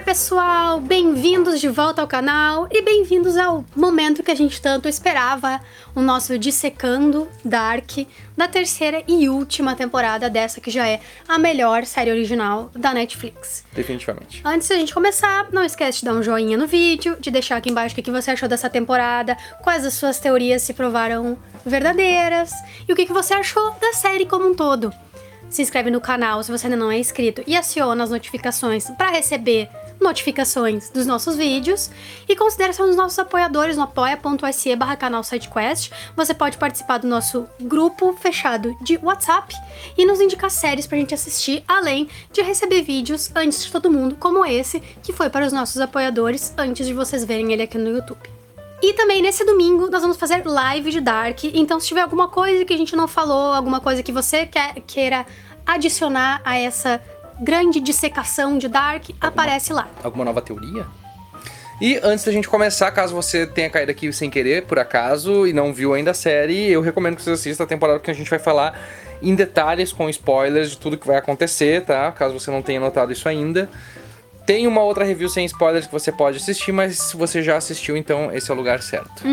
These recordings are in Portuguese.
pessoal, bem-vindos de volta ao canal e bem-vindos ao momento que a gente tanto esperava, o nosso Dissecando Dark da terceira e última temporada dessa que já é a melhor série original da Netflix. Definitivamente. Antes da gente começar, não esquece de dar um joinha no vídeo, de deixar aqui embaixo o que você achou dessa temporada, quais as suas teorias se provaram verdadeiras e o que você achou da série como um todo. Se inscreve no canal se você ainda não é inscrito e aciona as notificações para receber notificações dos nossos vídeos. E considere ser um dos nossos apoiadores no apoia.se/canal SideQuest. Você pode participar do nosso grupo fechado de WhatsApp e nos indicar séries pra gente assistir, além de receber vídeos antes de todo mundo, como esse, que foi para os nossos apoiadores antes de vocês verem ele aqui no YouTube. E também nesse domingo nós vamos fazer live de Dark, então se tiver alguma coisa que a gente não falou, alguma coisa que você queira adicionar a essa grande dissecação de Dark, aparece lá. Alguma nova teoria? E antes da gente começar, caso você tenha caído aqui sem querer, por acaso, e não viu ainda a série, eu recomendo que você assista a temporada, porque a gente vai falar em detalhes, com spoilers de tudo que vai acontecer, tá? Caso você não tenha notado isso ainda. Tem uma outra review sem spoilers que você pode assistir, mas se você já assistiu, então esse é o lugar certo.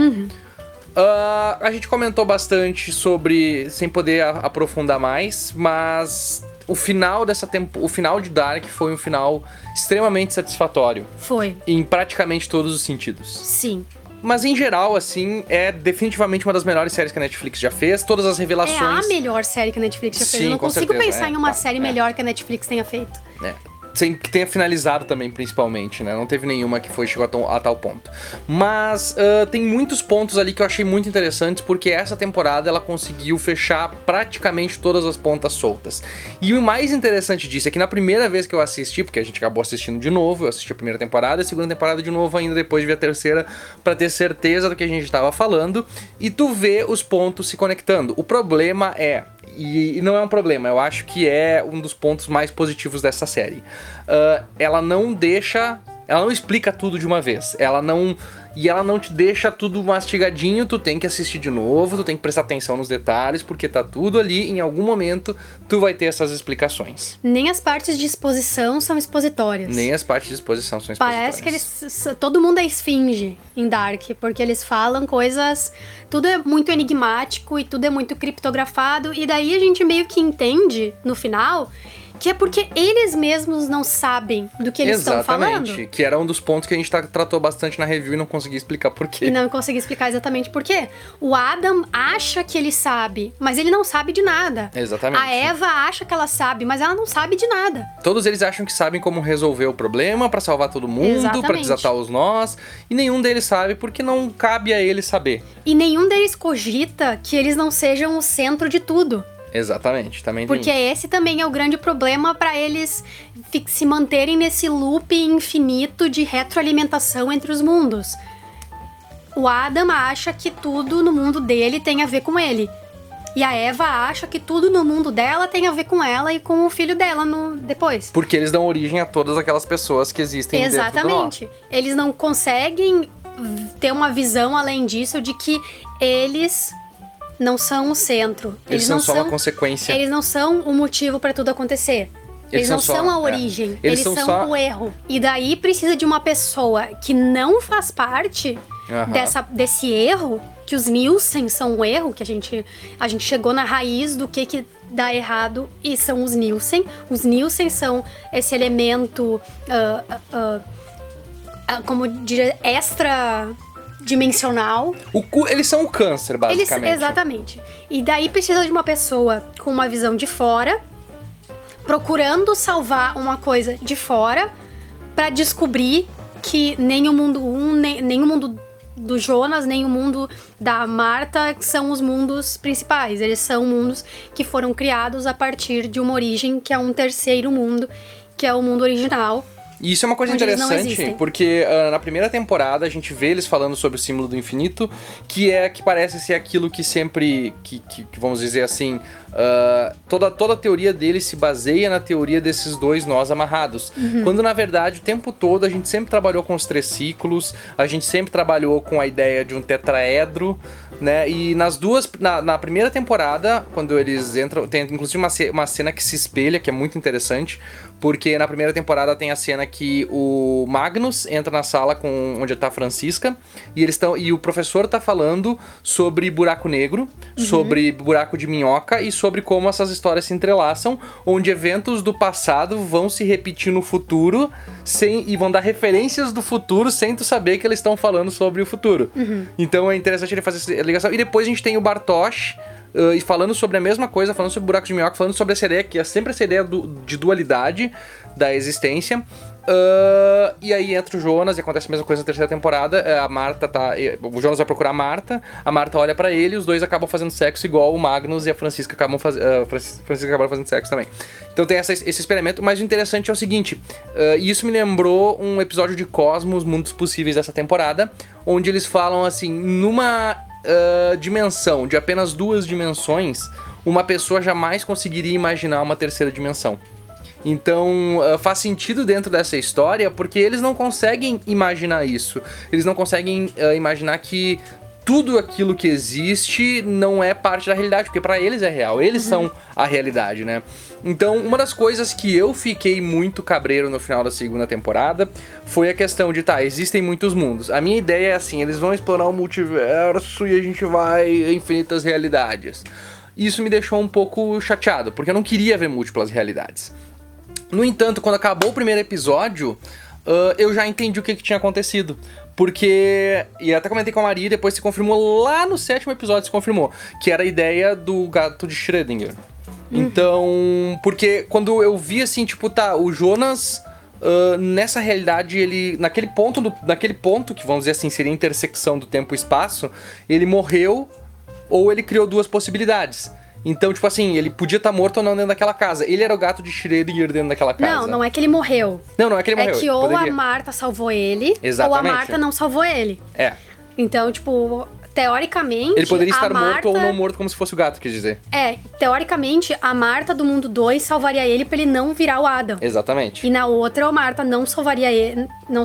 A gente comentou bastante sobre, sem poder aprofundar mais, mas o final o final de Dark foi um final extremamente satisfatório. Foi. Em praticamente todos os sentidos. Sim. Mas em geral, assim, é definitivamente uma das melhores séries que a Netflix já fez. Todas as revelações... É a melhor série que a Netflix já fez. Sim, Eu não com consigo certeza, pensar em uma série melhor que a Netflix tenha feito. Sem que tenha finalizado também, principalmente, né? Não teve nenhuma que chegou a tal ponto. Mas tem muitos pontos ali que eu achei muito interessantes, porque essa temporada ela conseguiu fechar praticamente todas as pontas soltas. E o mais interessante disso é que na primeira vez que eu assisti, porque a gente acabou assistindo de novo, eu assisti a primeira temporada, a segunda temporada de novo ainda, depois de ver a terceira, pra ter certeza do que a gente tava falando, e tu vê os pontos se conectando. O problema é... E não é um problema, eu acho que é um dos pontos mais positivos dessa série. Ela não explica tudo de uma vez. Ela não te deixa tudo mastigadinho, tu tem que assistir de novo, tu tem que prestar atenção nos detalhes, porque tá tudo ali, em algum momento tu vai ter essas explicações. Nem as partes de exposição são expositórias. Nem as partes de exposição são expositórias. Parece que todo mundo é esfinge em Dark, porque eles falam coisas... Tudo é muito enigmático e tudo é muito criptografado, e daí a gente meio que entende, no final... que é porque eles mesmos não sabem do que eles estão falando. Exatamente, que era um dos pontos que a gente tratou bastante na review e não conseguia explicar por quê. E não consegui explicar exatamente por quê. O Adam acha que ele sabe, mas ele não sabe de nada. Exatamente. A Eva acha que ela sabe, mas ela não sabe de nada. Todos eles acham que sabem como resolver o problema pra salvar todo mundo, Exatamente. Pra desatar os nós, e nenhum deles sabe porque não cabe a eles saber. E nenhum deles cogita que eles não sejam o centro de tudo. Exatamente, também tem Porque isso. esse também é o grande problema pra eles se manterem nesse loop infinito de retroalimentação entre os mundos. O Adam acha que tudo no mundo dele tem a ver com ele. E a Eva acha que tudo no mundo dela tem a ver com ela e com o filho dela depois. Porque eles dão origem a todas aquelas pessoas que existem dentro do nó. Exatamente. Eles não conseguem ter uma visão além disso de que eles... não são o centro. Eles são só uma consequência. Eles não são o motivo pra tudo acontecer. Eles não são a origem. Eles são o erro. E daí precisa de uma pessoa que não faz parte desse erro, que os Nielsen são o erro, que a gente chegou na raiz do que dá errado, e são os Nielsen. Os Nielsen são esse elemento, como diria, extra... dimensional. Eles são o câncer, basicamente. Exatamente. E daí precisa de uma pessoa com uma visão de fora, procurando salvar uma coisa de fora, pra descobrir que nem o mundo nem o mundo do Jonas, nem o mundo da Marta são os mundos principais. Eles são mundos que foram criados a partir de uma origem que é um terceiro mundo, que é o mundo original. E isso é uma coisa interessante, porque na primeira temporada a gente vê eles falando sobre o símbolo do infinito, que parece ser aquilo que sempre, que vamos dizer assim, toda a teoria deles se baseia na teoria desses dois nós amarrados. Quando na verdade o tempo todo a gente sempre trabalhou com os 3 ciclos, a gente sempre trabalhou com a ideia de um tetraedro, né? E na primeira temporada, quando eles entram, tem inclusive uma cena que se espelha, que é muito interessante, porque na primeira temporada tem a cena que o Magnus entra na sala onde tá a Francisca e o professor tá falando sobre buraco negro, sobre buraco de minhoca e sobre como essas histórias se entrelaçam, onde eventos do passado vão se repetir no futuro e vão dar referências do futuro sem tu saber que eles estão falando sobre o futuro. Então é interessante ele fazer essa ligação. E depois a gente tem o Bartosz e falando sobre a mesma coisa, falando sobre buraco de minhoca, falando sobre essa ideia, que é sempre essa ideia de dualidade da existência. E aí entra o Jonas e acontece a mesma coisa na terceira temporada. A Marta o Jonas vai procurar a Marta olha pra ele e os dois acabam fazendo sexo igual o Magnus e a Francisca acabam fazendo sexo também. Então tem esse experimento, mas o interessante é o seguinte, e isso me lembrou um episódio de Cosmos, Mundos Possíveis dessa temporada, onde eles falam assim, numa dimensão de apenas 2 dimensões, uma pessoa jamais conseguiria imaginar uma terceira dimensão. Então faz sentido dentro dessa história porque eles não conseguem imaginar isso. Eles não conseguem imaginar que tudo aquilo que existe não é parte da realidade, porque pra eles é real, eles são a realidade, né? Então, uma das coisas que eu fiquei muito cabreiro no final da segunda temporada foi a questão de, existem muitos mundos. A minha ideia é assim, eles vão explorar o multiverso e a gente vai em infinitas realidades. Isso me deixou um pouco chateado, porque eu não queria ver múltiplas realidades. No entanto, quando acabou o primeiro episódio, eu já entendi o que tinha acontecido. Porque, e até comentei com a Maria, depois se confirmou lá no 7º episódio, se confirmou, que era a ideia do gato de Schrödinger. Então, porque quando eu vi assim, tipo, o Jonas, nessa realidade, ele, naquele ponto que, vamos dizer assim, seria a intersecção do tempo e espaço, ele morreu ou ele criou 2 possibilidades. Então, tipo assim, ele podia estar morto ou não dentro daquela casa. Ele era o gato de Schrödinger dentro daquela casa. Não é que ele morreu. Não é que ele morreu. É que ou a Marta salvou ele, exatamente, ou a Marta não salvou ele. Então, tipo, teoricamente... ele poderia estar Marta... morto ou não morto, como se fosse o gato, quer dizer. Teoricamente, a Marta do mundo 2 salvaria ele pra ele não virar o Adam. Exatamente. E na outra, a Marta não salvaria ele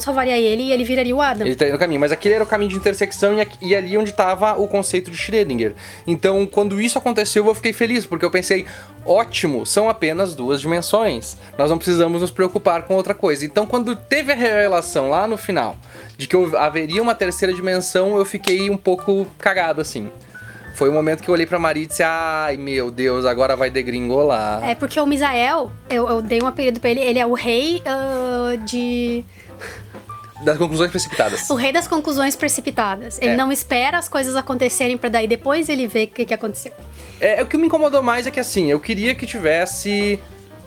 e ele viraria o Adam. Ele estaria no caminho, mas aquele era o caminho de intersecção e ali onde estava o conceito de Schrödinger. Então, quando isso aconteceu, eu fiquei feliz, porque eu pensei, ótimo, são apenas 2 dimensões. Nós não precisamos nos preocupar com outra coisa. Então, quando teve a revelação lá no final de que haveria uma terceira dimensão, eu fiquei um pouco cagado, assim. Foi o momento que eu olhei pra Maria e disse, ai meu Deus, agora vai degringolar. É porque o Misael, eu dei um apelido pra ele, ele é o rei das conclusões precipitadas. O rei das conclusões precipitadas. Ele não espera as coisas acontecerem pra daí depois ele ver o que aconteceu. O que me incomodou mais é que assim, eu queria que tivesse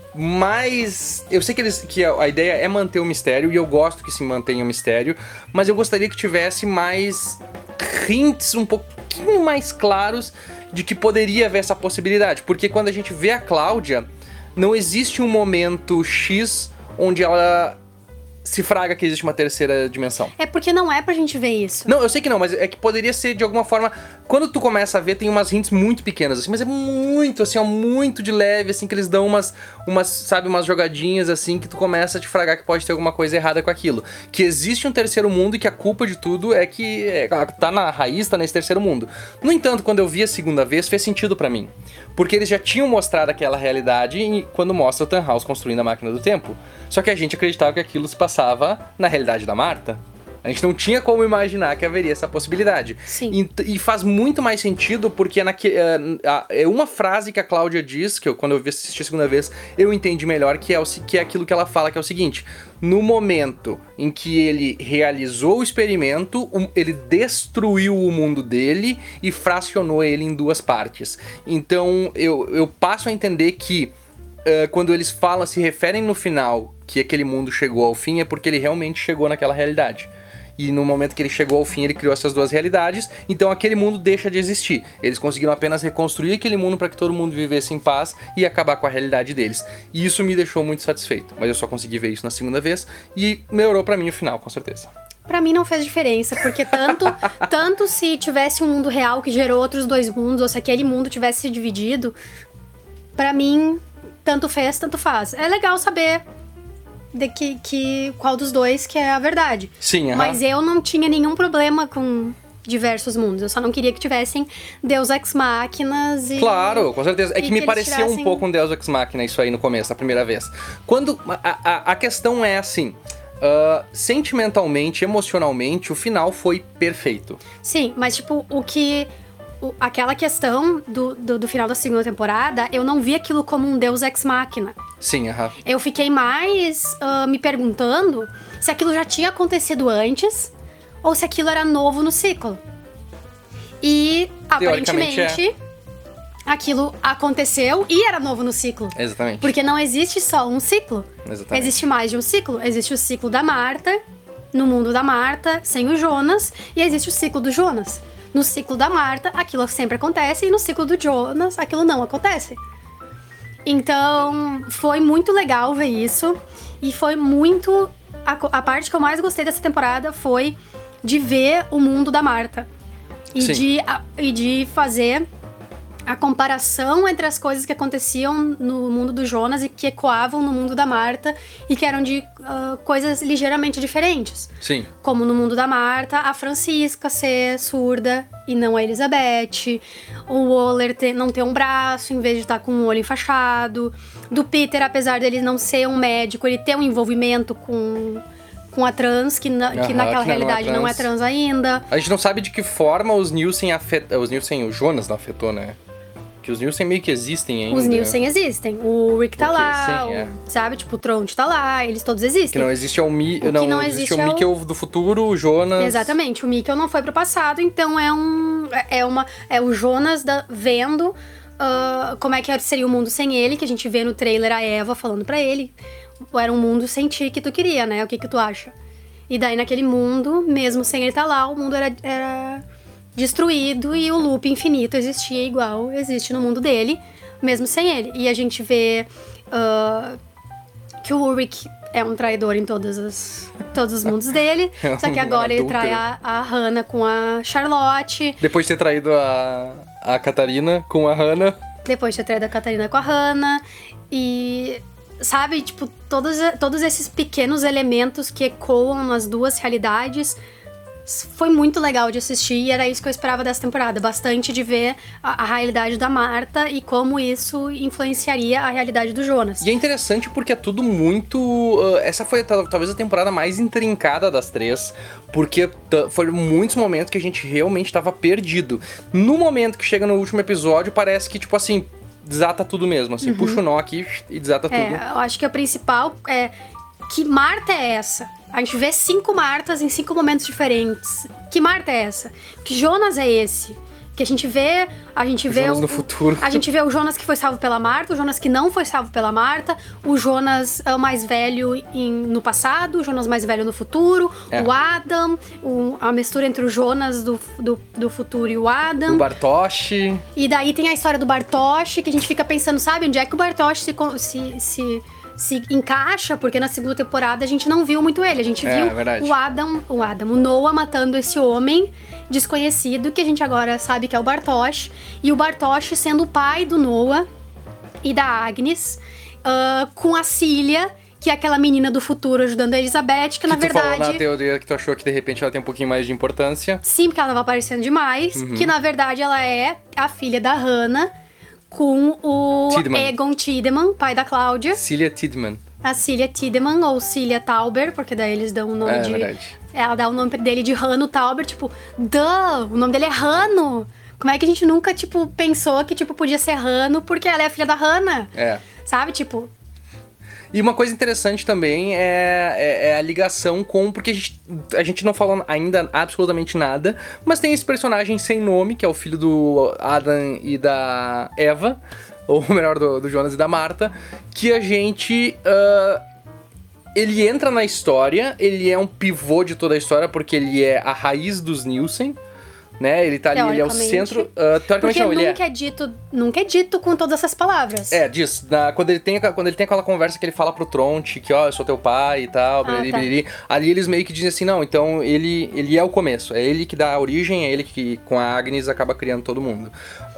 mais... Eu sei que a ideia é manter o mistério, e eu gosto que se mantenha o mistério, mas eu gostaria que tivesse mais hints um pouquinho mais claros de que poderia haver essa possibilidade. Porque quando a gente vê a Cláudia, não existe um momento X onde ela se fraga que existe uma terceira dimensão. É porque não é pra gente ver isso. Não, eu sei que não, mas é que poderia ser de alguma forma... Quando tu começa a ver, tem umas hints muito pequenas, assim, mas é muito, assim, ó, muito de leve, assim, que eles dão umas jogadinhas, assim, que tu começa a te fragar que pode ter alguma coisa errada com aquilo. Que existe um terceiro mundo e que a culpa de tudo é que tá na raiz, tá nesse terceiro mundo. No entanto, quando eu vi a segunda vez, fez sentido pra mim. Porque eles já tinham mostrado aquela realidade quando mostra o Tannhaus construindo a máquina do tempo. Só que a gente acreditava que aquilo se passava na realidade da Marta. A gente não tinha como imaginar que haveria essa possibilidade. Sim. E faz muito mais sentido porque é uma frase que a Cláudia diz, que quando eu assisti a segunda vez, eu entendi melhor, que é aquilo que ela fala, que é o seguinte: no momento em que ele realizou o experimento, ele destruiu o mundo dele e fracionou ele em 2 partes. Então eu passo a entender que quando eles se referem no final que aquele mundo chegou ao fim, é porque ele realmente chegou naquela realidade. E no momento que ele chegou ao fim, ele criou essas 2 realidades, então aquele mundo deixa de existir. Eles conseguiram apenas reconstruir aquele mundo para que todo mundo vivesse em paz e acabar com a realidade deles. E isso me deixou muito satisfeito, mas eu só consegui ver isso na segunda vez e melhorou pra mim o final, com certeza. Pra mim não fez diferença, porque tanto se tivesse um mundo real que gerou outros 2 mundos, ou se aquele mundo tivesse se dividido, pra mim, tanto fez, tanto faz. É legal saber qual dos 2 que é a verdade. Sim, mas eu não tinha nenhum problema com diversos mundos. Eu só não queria que tivessem Deus Ex Máquinas e... Claro, com certeza. É que me eles pareceu tirassem... um pouco um Deus Ex Machina isso aí no começo, a primeira vez. Quando... A questão é assim... sentimentalmente, emocionalmente, o final foi perfeito. Sim, mas tipo, aquela questão do final da segunda temporada, eu não vi aquilo como um Deus Ex Machina. Sim, aham. Eu fiquei mais me perguntando se aquilo já tinha acontecido antes ou se aquilo era novo no ciclo. E, aparentemente, aquilo aconteceu e era novo no ciclo. Exatamente. Porque não existe só um ciclo. Exatamente. Existe mais de um ciclo. Existe o ciclo da Marta, no mundo da Marta, sem o Jonas, e existe o ciclo do Jonas. No ciclo da Marta, aquilo sempre acontece, e no ciclo do Jonas, aquilo não acontece. Então, foi muito legal ver isso, e foi muito... A parte que eu mais gostei dessa temporada foi de ver o mundo da Marta. E de fazer a comparação entre as coisas que aconteciam no mundo do Jonas e que ecoavam no mundo da Marta e que eram de coisas ligeiramente diferentes. Sim. Como no mundo da Marta, a Francisca ser surda e não a Elizabeth, o Waller não ter um braço em vez de estar com um olho enfaixado, do Peter, apesar dele não ser um médico, ele ter um envolvimento com a trans, que naquela realidade não é trans ainda. A gente não sabe de que forma os Nielsen o Jonas não afetou, né? Que os Nielsen meio que existem ainda. Os Nielsen existem. O Rick tá lá, sim, sabe? Tipo, o Tronte tá lá, eles todos existem. Que não existe o Mikkel do futuro, o Jonas... Exatamente, o Mikkel não foi pro passado, então é o Jonas vendo como é que seria o mundo sem ele, que a gente vê no trailer a Eva falando pra ele. Era um mundo sem ti que tu queria, né? O que tu acha? E daí naquele mundo, mesmo sem ele estar lá, o mundo era destruído e o loop infinito existia igual existe no mundo dele, mesmo sem ele. E a gente vê que o Ulrich é um traidor em todos os mundos dele, só que agora ele trai a Hannah com a Charlotte. Depois de ter traído a Catarina com a Hannah. Depois de ter traído a Catarina com a Hannah. E... sabe, tipo, todos esses pequenos elementos que ecoam nas duas realidades, foi muito legal de assistir e era isso que eu esperava dessa temporada. Bastante de ver a realidade da Marta e como isso influenciaria a realidade do Jonas. E é interessante porque é tudo muito... essa foi talvez a temporada mais intrincada das três, porque foram muitos momentos que a gente realmente estava perdido. No momento que chega no último episódio, parece que, tipo assim... desata tudo mesmo, assim, puxa o nó aqui e desata tudo. Eu acho que a principal é que Marta é essa? A gente vê 5 Martas em 5 momentos diferentes. Que Marta é essa? Que Jonas é esse? Que a gente vê Jonas no futuro. A gente vê o Jonas que foi salvo pela Marta, o Jonas que não foi salvo pela Marta, o Jonas mais velho no passado, o Jonas mais velho no futuro, o Adam, a mistura entre o Jonas do futuro e o Adam. O Bartosz. E daí tem a história do Bartosz, que a gente fica pensando, sabe, onde é que o Bartosz se encaixa, porque na segunda temporada a gente não viu muito ele. A gente viu o Noah matando esse homem desconhecido, que a gente agora sabe que é o Bartosz. E o Bartosz sendo o pai do Noah e da Agnes, com a Cília, que é aquela menina do futuro ajudando a Elizabeth, que na verdade... tu falou na teoria que tu achou que de repente ela tem um pouquinho mais de importância. Sim, porque ela tava aparecendo demais. Que na verdade ela é a filha da Hannah, com o Egon Tiedemann, pai da Cláudia. Cília Tiedemann. A Cília Tiedemann, ou Cília Tauber, porque daí eles dão o nome de... verdade. Ela dá o nome dele de Hanno Tauber, tipo... o nome dele é Hanno! Como é que a gente nunca, tipo, pensou que, tipo, podia ser Hanno porque ela é a filha da Hannah? Sabe, tipo... E uma coisa interessante também é a ligação com... Porque a gente não falou ainda absolutamente nada, mas tem esse personagem sem nome, que é o filho do Adam e da Eva, ou melhor, do Jonas e da Marta, que a gente... ele entra na história, ele é um pivô de toda a história, porque ele é a raiz dos Nielsen, né? Ele tá ali, ele é o centro... teoricamente não, ele nunca é dito com todas essas palavras. Diz. Quando ele tem aquela conversa que ele fala pro Tronte, que, eu sou teu pai e tal, bliriri, ali eles meio que dizem assim, não, então ele é o começo, é ele que dá a origem, é ele que, com a Agnes, acaba criando todo mundo.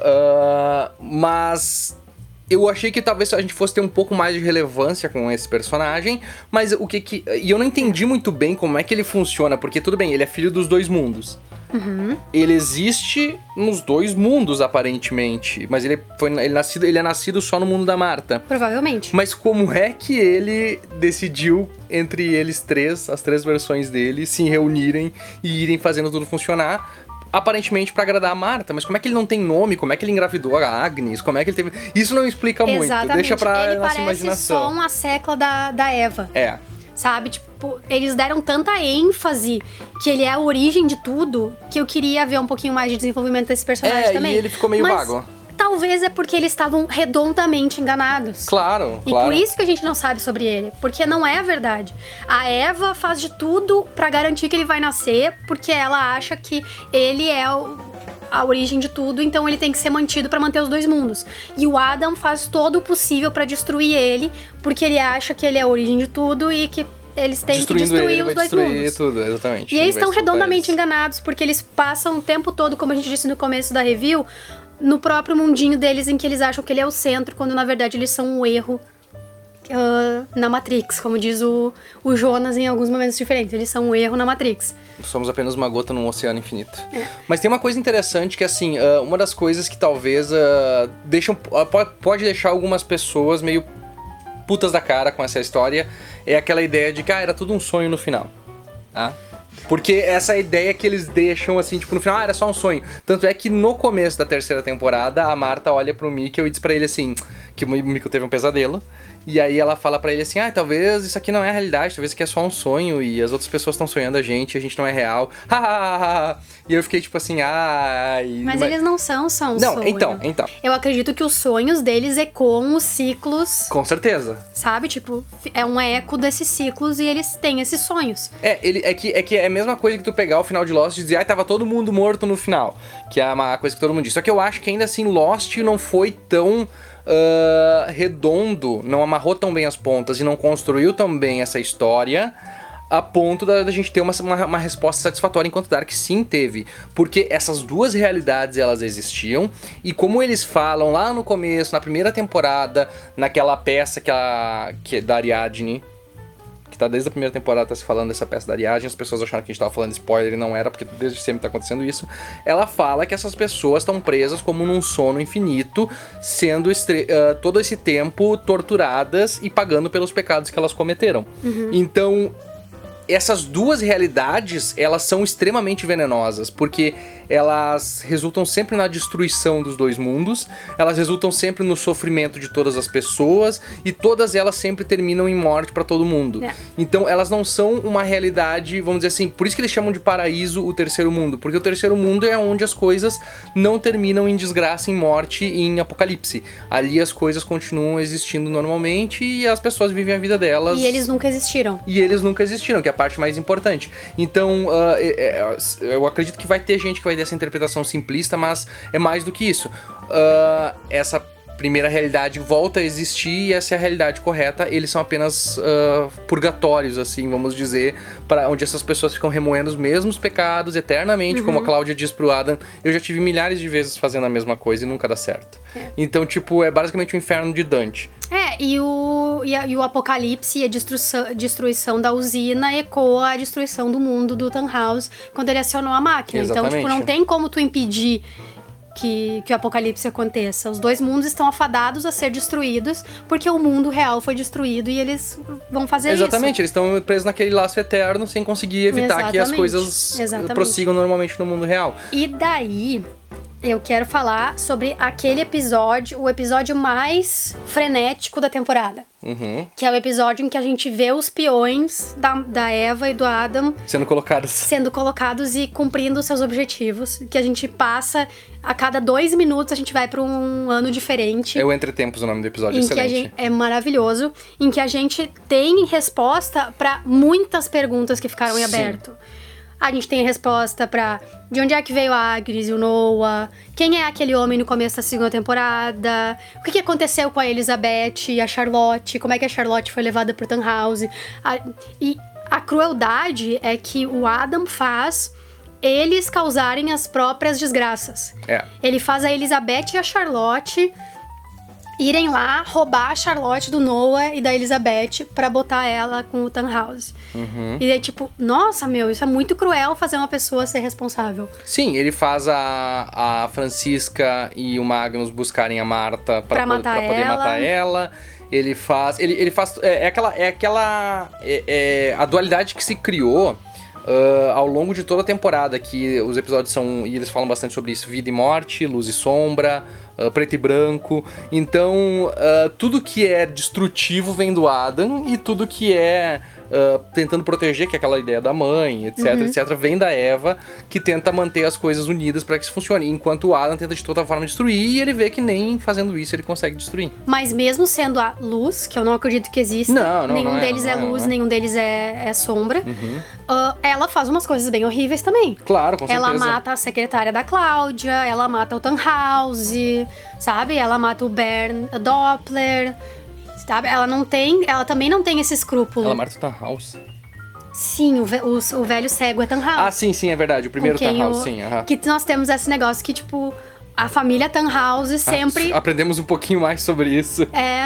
Mas... eu achei que talvez a gente fosse ter um pouco mais de relevância com esse personagem, mas e eu não entendi muito bem como é que ele funciona, porque tudo bem, ele é filho dos dois mundos, Ele existe nos dois mundos, aparentemente. Mas ele é nascido só no mundo da Marta. Provavelmente. Mas como é que ele decidiu, entre eles três, as três versões dele, se reunirem e irem fazendo tudo funcionar? Aparentemente pra agradar a Marta, mas como é que ele não tem nome? Como é que ele engravidou a Agnes? Como é que ele teve... Isso não explica muito, deixa pra nossa imaginação. Ele parece só uma secla da Eva. É. Sabe? Tipo, eles deram tanta ênfase que ele é a origem de tudo, que eu queria ver um pouquinho mais de desenvolvimento desse personagem também. E ele ficou meio vago. Talvez é porque eles estavam redondamente enganados. Claro. E por isso que a gente não sabe sobre ele. Porque não é a verdade. A Eva faz de tudo pra garantir que ele vai nascer, porque ela acha que ele é a origem de tudo, então ele tem que ser mantido pra manter os dois mundos. E o Adam faz todo o possível pra destruir ele, porque ele acha que ele é a origem de tudo e que eles têm que destruir os dois mundos. Tudo, exatamente. E eles estão redondamente enganados, porque eles passam o tempo todo, como a gente disse no começo da review, no próprio mundinho deles, em que eles acham que ele é o centro, quando na verdade eles são um erro na Matrix, como diz o Jonas em alguns momentos diferentes. Eles são um erro na Matrix. Somos apenas uma gota num oceano infinito. Mas tem uma coisa interessante que, assim, uma das coisas que talvez pode deixar algumas pessoas meio putas da cara com essa história é aquela ideia de que era tudo um sonho no final. Porque essa ideia que eles deixam, assim, tipo, no final, era só um sonho. Tanto é que no começo da terceira temporada, a Marta olha pro Mikkel e diz pra ele, assim, que o Mikkel teve um pesadelo. E aí ela fala pra ele assim, talvez isso aqui não é a realidade, talvez isso aqui é só um sonho e as outras pessoas estão sonhando a gente não é real. E eu fiquei tipo assim, Mas eles não são só um sonho. Não, então. Eu acredito que os sonhos deles ecoam os ciclos. Com certeza. Sabe? Tipo, é um eco desses ciclos e eles têm esses sonhos. É que é a mesma coisa que tu pegar o final de Lost e dizer, tava todo mundo morto no final. Que é uma coisa que todo mundo diz. Só que eu acho que ainda assim Lost não foi tão... redondo, não amarrou tão bem as pontas e não construiu tão bem essa história a ponto da gente ter uma resposta satisfatória, enquanto Dark sim teve, porque essas duas realidades elas existiam e como eles falam lá no começo, na primeira temporada, naquela peça que é da Ariadne, que tá desde a primeira temporada tá se falando dessa peça da Ariadne, as pessoas acharam que a gente tava falando spoiler e não era, porque desde sempre tá acontecendo isso. Ela fala que essas pessoas estão presas como num sono infinito, sendo todo esse tempo torturadas e pagando pelos pecados que elas cometeram. Então, essas duas realidades, elas são extremamente venenosas, porque elas resultam sempre na destruição dos dois mundos, elas resultam sempre no sofrimento de todas as pessoas, e todas elas sempre terminam em morte pra todo mundo. Então elas não são uma realidade, vamos dizer assim, por isso que eles chamam de paraíso o terceiro mundo, porque o terceiro mundo é onde as coisas não terminam em desgraça, em morte e em apocalipse. Ali as coisas continuam existindo normalmente e as pessoas vivem a vida delas. E eles nunca existiram. Que é a parte mais importante. Então, eu acredito que vai ter gente que vai ter essa interpretação simplista, mas é mais do que isso. Essa primeira realidade volta a existir e essa é a realidade correta. Eles são apenas purgatórios, assim, vamos dizer, para onde essas pessoas ficam remoendo os mesmos pecados eternamente, como a Cláudia diz pro Adam. Eu já tive milhares de vezes fazendo a mesma coisa e nunca dá certo. Então, tipo, é basicamente o inferno de Dante. E o apocalipse e a destruição da usina ecoa a destruição do mundo do Tannhaus quando ele acionou a máquina. Exatamente. Então, tipo, não tem como tu impedir que o apocalipse aconteça. Os dois mundos estão afadados a ser destruídos porque o mundo real foi destruído e eles vão fazer isso. Exatamente, eles estão presos naquele laço eterno sem conseguir evitar que as coisas prossigam normalmente no mundo real. E daí... eu quero falar sobre aquele episódio, o episódio mais frenético da temporada. Que é o episódio em que a gente vê os peões da Eva e do Adam sendo colocados e cumprindo seus objetivos. Que a gente passa, a cada 2 minutos a gente vai pra um ano diferente. É o Entre Tempos o nome do episódio, excelente. É maravilhoso. Em que a gente tem resposta pra muitas perguntas que ficaram em aberto. A gente tem a resposta pra de onde é que veio a Agnes e o Noah, quem é aquele homem no começo da segunda temporada, o que aconteceu com a Elizabeth e a Charlotte, como é que a Charlotte foi levada pro Tannhaus. E a crueldade é que o Adam faz eles causarem as próprias desgraças. Ele faz a Elizabeth e a Charlotte irem lá roubar a Charlotte do Noah e da Elizabeth pra botar ela com o Tannhaus. E daí, tipo, nossa, meu, isso é muito cruel fazer uma pessoa ser responsável. Sim, ele faz a Francisca e o Magnus buscarem a Marta pra poder matar ela. Ele faz. Ele faz. A dualidade que se criou. Ao longo de toda a temporada, que os episódios são, e eles falam bastante sobre isso, vida e morte, luz e sombra, preto e branco. Então, tudo que é destrutivo vem do Adam, e tudo que é tentando proteger, que é aquela ideia da mãe, etc, vem da Eva, que tenta manter as coisas unidas para que isso funcione. Enquanto o Adam tenta de toda forma destruir, e ele vê que nem fazendo isso ele consegue destruir. Mas mesmo sendo a luz, que eu não acredito que exista, nenhum deles é luz, nenhum deles é sombra, ela faz umas coisas bem horríveis também. Claro, com certeza. Ela mata a secretária da Cláudia, ela mata o Tannhaus, sabe? Ela mata o Bernd Doppler, sabe? Ela também não tem esse escrúpulo. Ela mata o Tannhaus? Sim, o velho cego é Tannhaus. Sim, é verdade. O primeiro Tannhaus, sim. Que nós temos esse negócio que, tipo, a família Tannhaus sempre... Aprendemos um pouquinho mais sobre isso.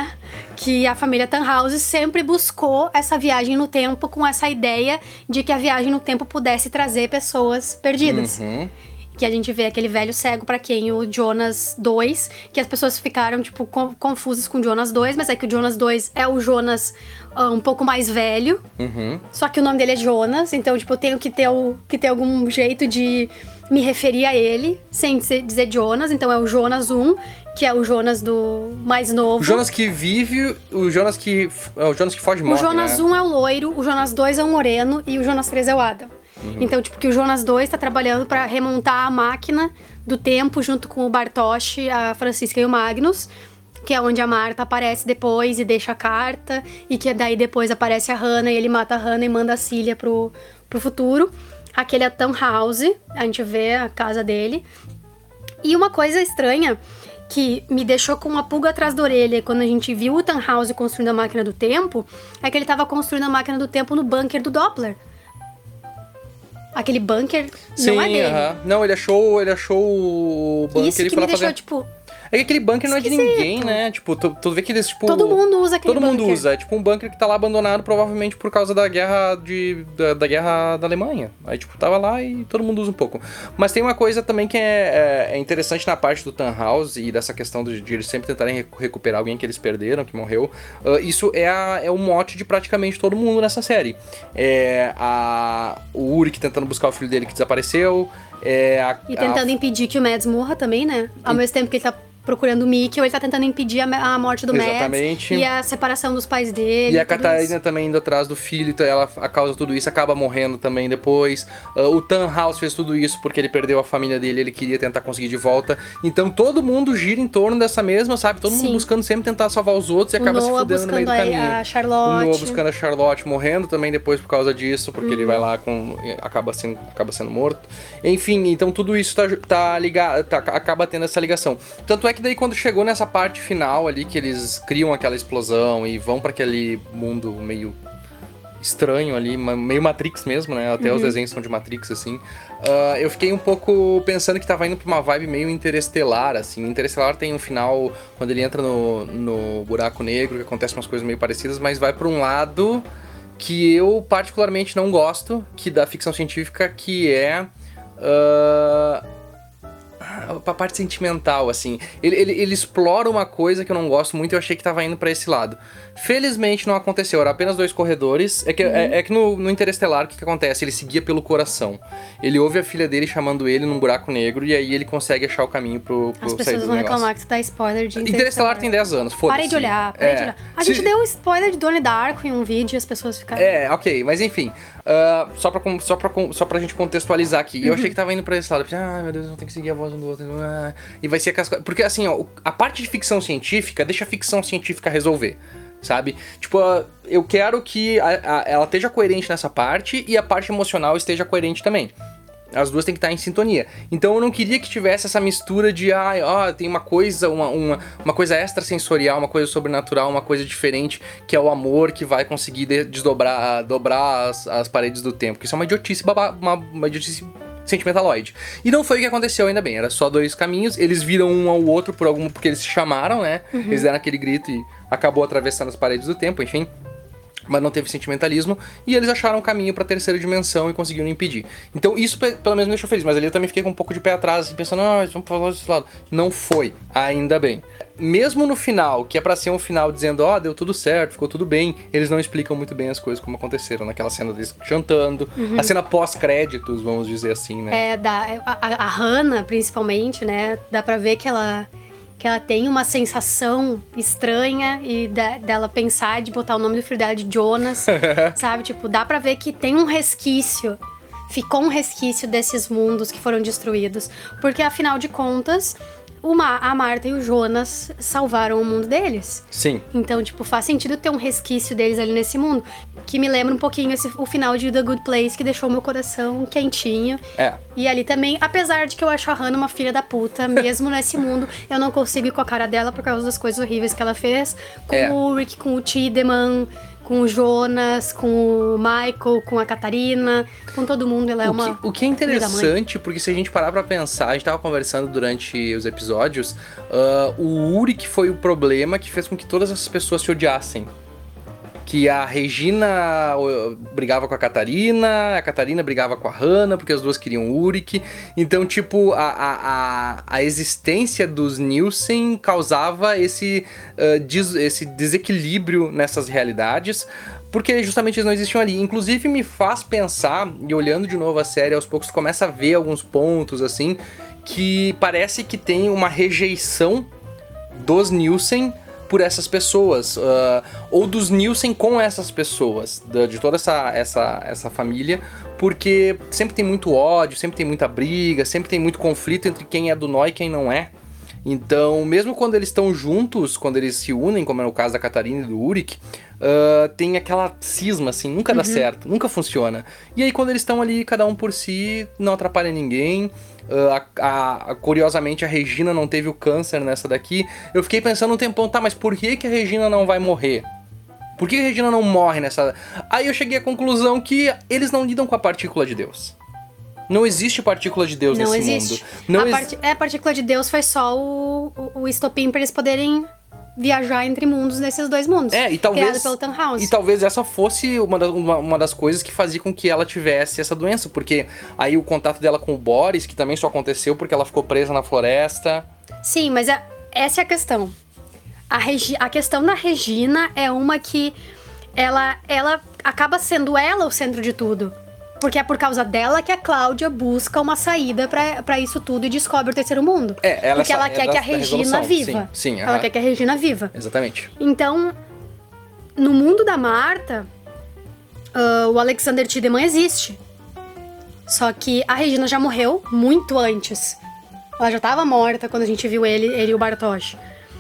Que a família Tannhaus sempre buscou essa viagem no tempo com essa ideia de que a viagem no tempo pudesse trazer pessoas perdidas. Que a gente vê aquele velho cego pra quem o Jonas 2, que as pessoas ficaram, tipo, confusas com o Jonas 2, mas é que o Jonas 2 é o Jonas um pouco mais velho. Só que o nome dele é Jonas, então, tipo, eu tenho que ter algum jeito de me referir a ele, sem dizer Jonas. Então é o Jonas 1, que é o Jonas do mais novo. O Jonas que vive, o Jonas que foge morre, O Jonas 1 é o loiro, o Jonas 2 é o moreno e o Jonas 3 é o Adam. Então, tipo, que o Jonas 2 tá trabalhando pra remontar a máquina do tempo junto com o Bartosz, a Francisca e o Magnus, que é onde a Marta aparece depois e deixa a carta, e que daí depois aparece a Hannah e ele mata a Hannah e manda a Cília pro futuro. Aquele é Tannhaus, a gente vê a casa dele. E uma coisa estranha que me deixou com uma pulga atrás da orelha quando a gente viu o Tannhaus construindo a máquina do tempo, é que ele tava construindo a máquina do tempo no bunker do Doppler. Aquele bunker não é dele. Não, ele achou o bunker. Isso que me deixou, tipo... É que aquele bunker não é de ninguém, né? Tipo, tu vê que eles, tipo... Todo mundo usa aquele bunker. Todo mundo usa. É tipo um bunker que tá lá abandonado, provavelmente por causa da guerra da guerra da Alemanha. Aí, tipo, tava lá e todo mundo usa um pouco. Mas tem uma coisa também que é interessante na parte do Tannhaus e dessa questão de eles sempre tentarem recuperar alguém que eles perderam, que morreu. Isso é o mote de praticamente todo mundo nessa série. O Ulrich tentando buscar o filho dele que desapareceu. E tentando impedir que o Mads morra também, né? Ao mesmo tempo que ele tá procurando o Mickey, ou ele tá tentando impedir a morte do Mads e a separação dos pais dele. E a Catarina também indo atrás do filho, então ela, a causa de tudo isso, acaba morrendo também depois. O Tannhaus fez tudo isso porque ele perdeu a família dele, ele queria tentar conseguir de volta. Então todo mundo gira em torno dessa mesma, sabe? Todo mundo buscando sempre tentar salvar os outros e acaba se fudendo no meio do caminho. A Charlotte. O Noah buscando a Charlotte, morrendo também depois por causa disso, porque ele vai lá acaba sendo morto. Enfim, então tudo isso tá ligado, acaba tendo essa ligação. Tanto é que daí quando chegou nessa parte final ali, que eles criam aquela explosão e vão pra aquele mundo meio estranho ali, meio Matrix mesmo, né? Até os desenhos são de Matrix, assim. Eu fiquei um pouco pensando que tava indo pra uma vibe meio interestelar, assim. Interestelar tem um final, quando ele entra no buraco negro, que acontece umas coisas meio parecidas, mas vai pra um lado que eu particularmente não gosto, que da ficção científica, que é... a parte sentimental, assim. Ele explora uma coisa que eu não gosto muito e eu achei que tava indo pra esse lado. Felizmente não aconteceu, eram apenas 2 corredores. É que no Interestelar, o que acontece? Ele seguia pelo coração. Ele ouve a filha dele chamando ele num buraco negro e aí ele consegue achar o caminho pro As sair pessoas do vão negócio. reclamar que você dá spoiler de Interestelar tem 10 anos, foda-se. Parem de olhar, parem de olhar. A gente deu um spoiler de Donnie Darko em um vídeo e as pessoas ficaram... ok, mas enfim. Só pra gente contextualizar aqui. Eu achei que tava indo pra esse lado. Meu Deus, não tem que seguir a voz um do outro. E vai ser aquelas coisas... Porque assim, ó, a parte de ficção científica, deixa a ficção científica resolver. Sabe? Tipo, eu quero que ela esteja coerente nessa parte e a parte emocional esteja coerente também. As duas têm que estar em sintonia. Então eu não queria que tivesse essa mistura de tem uma coisa, uma coisa extrasensorial, uma coisa sobrenatural, uma coisa diferente, que é o amor que vai conseguir dobrar as paredes do tempo. Que isso é uma idiotice, uma idiotice sentimentaloide. E não foi o que aconteceu, ainda bem. Era só 2 caminhos. Eles viram um ao outro porque eles se chamaram, né? Eles deram aquele grito e acabou atravessando as paredes do tempo, enfim. Mas não teve sentimentalismo, e eles acharam um caminho pra terceira dimensão e conseguiram impedir. Então isso pelo menos me deixou feliz, mas ali eu também fiquei com um pouco de pé atrás, assim, pensando, vamos falar desse lado. Não foi, ainda bem. Mesmo no final, que é pra ser um final dizendo, deu tudo certo, ficou tudo bem, eles não explicam muito bem as coisas como aconteceram naquela cena deles jantando, a cena pós-créditos, vamos dizer assim, né? A Hannah, principalmente, né, dá pra ver que ela tem uma sensação estranha e dela pensar de botar o nome do filho dela de Jonas, sabe? Tipo, dá pra ver que tem um resquício, ficou um resquício desses mundos que foram destruídos. Porque, afinal de contas, a Marta e o Jonas salvaram o mundo deles. Sim. Então, tipo, faz sentido ter um resquício deles ali nesse mundo. Que me lembra um pouquinho o final de The Good Place, que deixou meu coração quentinho. E ali também, apesar de que eu acho a Hannah uma filha da puta, mesmo nesse mundo, eu não consigo ir com a cara dela por causa das coisas horríveis que ela fez. Com o Ulrich, com o Tiedemann, com o Jonas, com o Michael, com a Catarina, com todo mundo. Ela é uma... O que é interessante, porque se a gente parar pra pensar, a gente tava conversando durante os episódios, o Ulrich foi o problema que fez com que todas essas pessoas se odiassem. Que a Regina brigava com a Catarina brigava com a Hannah, porque as duas queriam o Ulrich. Então, tipo, a existência dos Nielsen causava esse desequilíbrio nessas realidades, porque justamente eles não existiam ali. Inclusive, me faz pensar, e olhando de novo a série, aos poucos começa a ver alguns pontos, assim, que parece que tem uma rejeição dos Nielsen por essas pessoas, ou dos Nielsen com essas pessoas, de toda essa família, porque sempre tem muito ódio, sempre tem muita briga, sempre tem muito conflito entre quem é do nó e quem não é. Então, mesmo quando eles estão juntos, quando eles se unem, como é o caso da Catarina e do Ulrich, tem aquela cisma, assim, nunca dá certo, nunca funciona. E aí, quando eles estão ali, cada um por si, não atrapalha ninguém. Curiosamente, a Regina não teve o câncer nessa daqui. Eu fiquei pensando um tempão, mas por que a Regina não vai morrer? Por que a Regina não morre nessa... Aí eu cheguei à conclusão que eles não lidam com a partícula de Deus. Não existe partícula de Deus nesse mundo. A partícula de Deus foi só o estopim pra eles poderem viajar entre mundos nesses 2 mundos. E talvez, criado pelo Tannhaus. E talvez essa fosse uma das coisas que fazia com que ela tivesse essa doença, porque aí o contato dela com o Boris, que também só aconteceu porque ela ficou presa na floresta. Sim, mas essa é a questão. A questão da Regina é uma que ela acaba sendo ela o centro de tudo. Porque é por causa dela que a Cláudia busca uma saída pra isso tudo e descobre o terceiro mundo. Porque ela quer que a Regina viva. Sim, ela quer que a Regina viva. Exatamente. Então, no mundo da Marta, o Alexander Tiedemann existe. Só que a Regina já morreu muito antes. Ela já estava morta quando a gente viu ele e o Bartosz.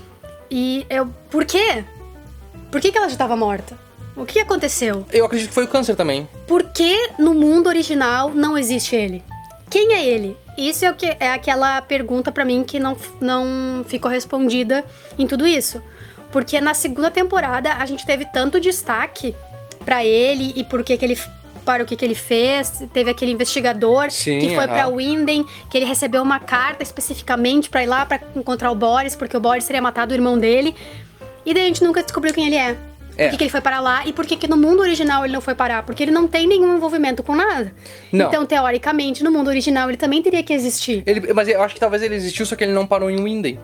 Por quê? Por que ela já estava morta? O que aconteceu? Eu acredito que foi o câncer também. Por que no mundo original não existe ele? Quem é ele? Isso é aquela pergunta pra mim que não ficou respondida em tudo isso. Porque na segunda temporada a gente teve tanto destaque pra ele e para o que ele fez. Teve aquele investigador que foi pra Winden, que ele recebeu uma carta especificamente pra ir lá pra encontrar o Boris, porque o Boris teria matado o irmão dele. E daí a gente nunca descobriu quem ele é. Por que ele foi parar lá e por que no mundo original ele não foi parar? Porque ele não tem nenhum envolvimento com nada. Não. Então, teoricamente, no mundo original ele também teria que existir. Mas eu acho que talvez ele existiu, só que ele não parou em Winden.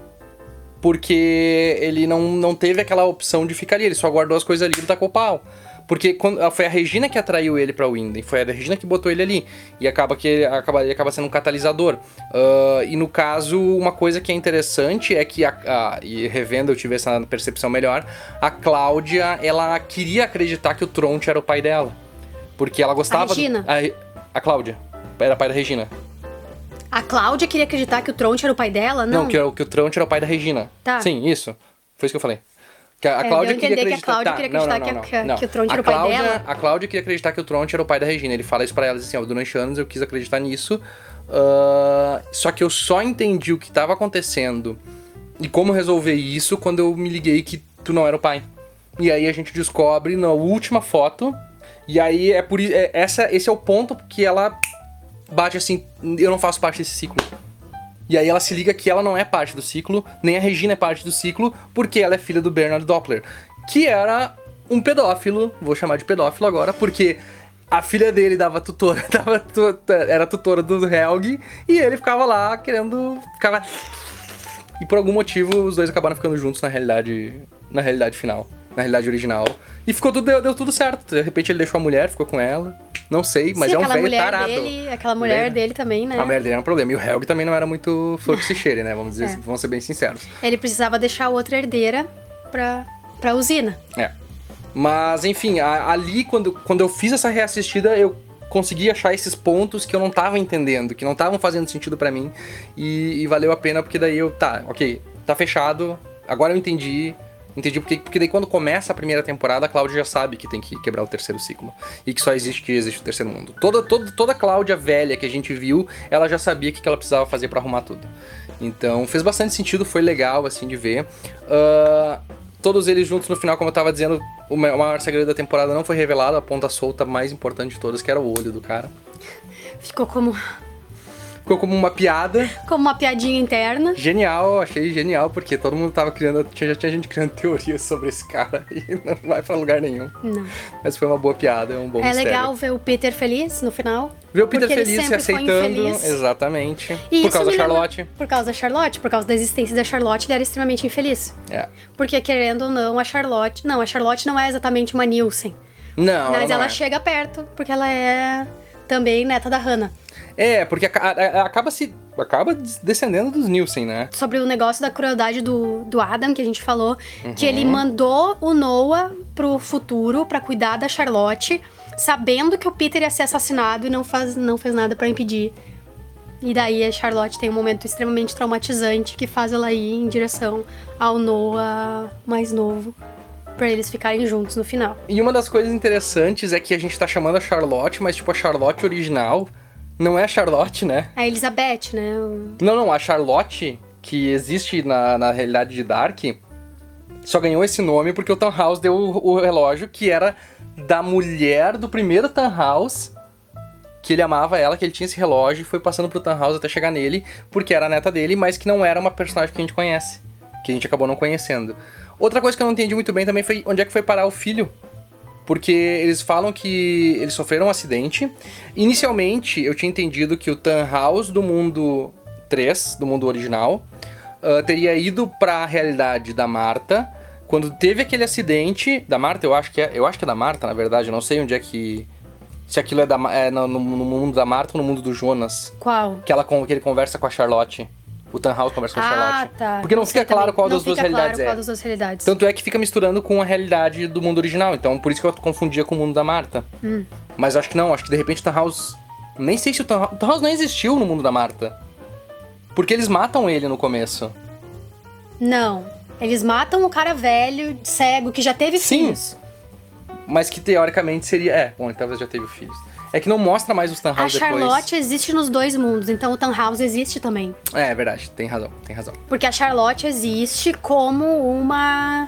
Porque ele não teve aquela opção de ficar ali, ele só guardou as coisas ali e tacou pau. Porque foi a Regina que atraiu ele pra Winden, foi a Regina que botou ele ali. E ele acaba sendo um catalisador. E no caso, uma coisa que é interessante é que, e revendo eu tive essa percepção melhor, a Cláudia, ela queria acreditar que o Tronte era o pai dela. Porque ela gostava... A Regina? A Cláudia, era pai da Regina. A Cláudia queria acreditar que o Tronte era o pai dela? Não, que o Tronte era o pai da Regina. Tá. Sim, isso. Foi isso que eu falei. Que a Cláudia queria acreditar que o Tronte era o pai dela. A Cláudia queria acreditar que o Tronte era o pai da Regina. Ele fala isso pra ela assim, durante anos eu quis acreditar nisso. Só que eu só entendi o que tava acontecendo e como resolver isso quando eu me liguei que tu não era o pai. E aí a gente descobre na última foto. E aí esse é o ponto que ela bate assim, eu não faço parte desse ciclo. E aí ela se liga que ela não é parte do ciclo, nem a Regina é parte do ciclo, porque ela é filha do Bernard Doppler, que era um pedófilo, vou chamar de pedófilo agora, porque a filha dele dava tutora, era tutora do Helg, e ele ficava lá ficava... E por algum motivo os dois acabaram ficando juntos na realidade final, na realidade original. E deu tudo certo. De repente ele deixou a mulher, ficou com ela. Não sei, mas Sim, é um velho mulher tarado. Aquela mulher dele também, né? A mulher dele era um problema. E o Helg também não era muito flor que se cheire, né? Vamos dizer, vamos ser bem sinceros. Ele precisava deixar outra herdeira pra usina. É. Mas, enfim, ali, quando eu fiz essa reassistida, eu consegui achar esses pontos que eu não tava entendendo, que não estavam fazendo sentido pra mim. E valeu a pena, porque daí ok, tá fechado, agora eu entendi porque daí quando começa a primeira temporada, a Cláudia já sabe que tem que quebrar o terceiro ciclo. E que só existe o terceiro mundo. Toda Cláudia velha que a gente viu, ela já sabia o que ela precisava fazer pra arrumar tudo. Então fez bastante sentido, foi legal assim de ver. Todos eles juntos no final, como eu tava dizendo, o maior segredo da temporada não foi revelado, a ponta solta mais importante de todas, que era o olho do cara. Ficou como uma piada. Como uma piadinha interna. Genial, achei genial, porque todo mundo tava já tinha gente criando teorias sobre esse cara e não vai pra lugar nenhum. Não. Mas foi uma boa piada, é um bom mistério. É legal ver o Peter feliz no final. Ver o Peter feliz se aceitando, exatamente. E por causa da Charlotte. Por causa da Charlotte, por causa da existência da Charlotte, ele era extremamente infeliz. É. Porque, querendo ou não, a Charlotte não é exatamente uma Nielsen. Não, mas ela é. chega perto, porque ela é também neta da Hannah. É, porque acaba descendendo dos Nielsen, né? Sobre o negócio da crueldade do Adam, que a gente falou, que ele mandou o Noah pro futuro pra cuidar da Charlotte, sabendo que o Peter ia ser assassinado e não fez nada pra impedir. E daí a Charlotte tem um momento extremamente traumatizante que faz ela ir em direção ao Noah mais novo, pra eles ficarem juntos no final. E uma das coisas interessantes é que a gente tá chamando a Charlotte, mas tipo, a Charlotte original não é a Charlotte, né? A Elizabeth, né? Não, a Charlotte, que existe na realidade de Dark, só ganhou esse nome porque o Tannhaus deu o relógio, que era da mulher do primeiro Tannhaus, que ele amava ela, que ele tinha esse relógio e foi passando pro Tannhaus até chegar nele, porque era a neta dele, mas que não era uma personagem que a gente conhece, que a gente acabou não conhecendo. Outra coisa que eu não entendi muito bem também foi onde é que foi parar o filho. Porque eles falam que eles sofreram um acidente. Inicialmente, eu tinha entendido que o Tannhaus do mundo 3, do mundo original, teria ido pra realidade da Marta. Quando teve aquele acidente da Marta, eu acho que é da Marta, na verdade. Eu não sei onde é que... Se aquilo é no mundo da Marta ou no mundo do Jonas. Qual? Que ele conversa com a Charlotte. O Tannhaus conversa com a Charlotte. Tá. Porque não fica claro qual das duas realidades qual das duas realidades. Tanto é que fica misturando com a realidade do mundo original. Então, por isso que eu confundia com o mundo da Marta. Mas acho que não. Acho que de repente o Tannhaus... Nem sei se o Tannhaus não existiu no mundo da Marta. Porque eles matam ele no começo. Não. Eles matam o cara velho, cego, que já teve filhos. Mas que teoricamente seria... bom, talvez já teve filhos. É que não mostra mais os Tannhaus depois. A Charlotte existe nos dois mundos, então o Tannhaus existe também. É verdade, tem razão. Porque a Charlotte existe como uma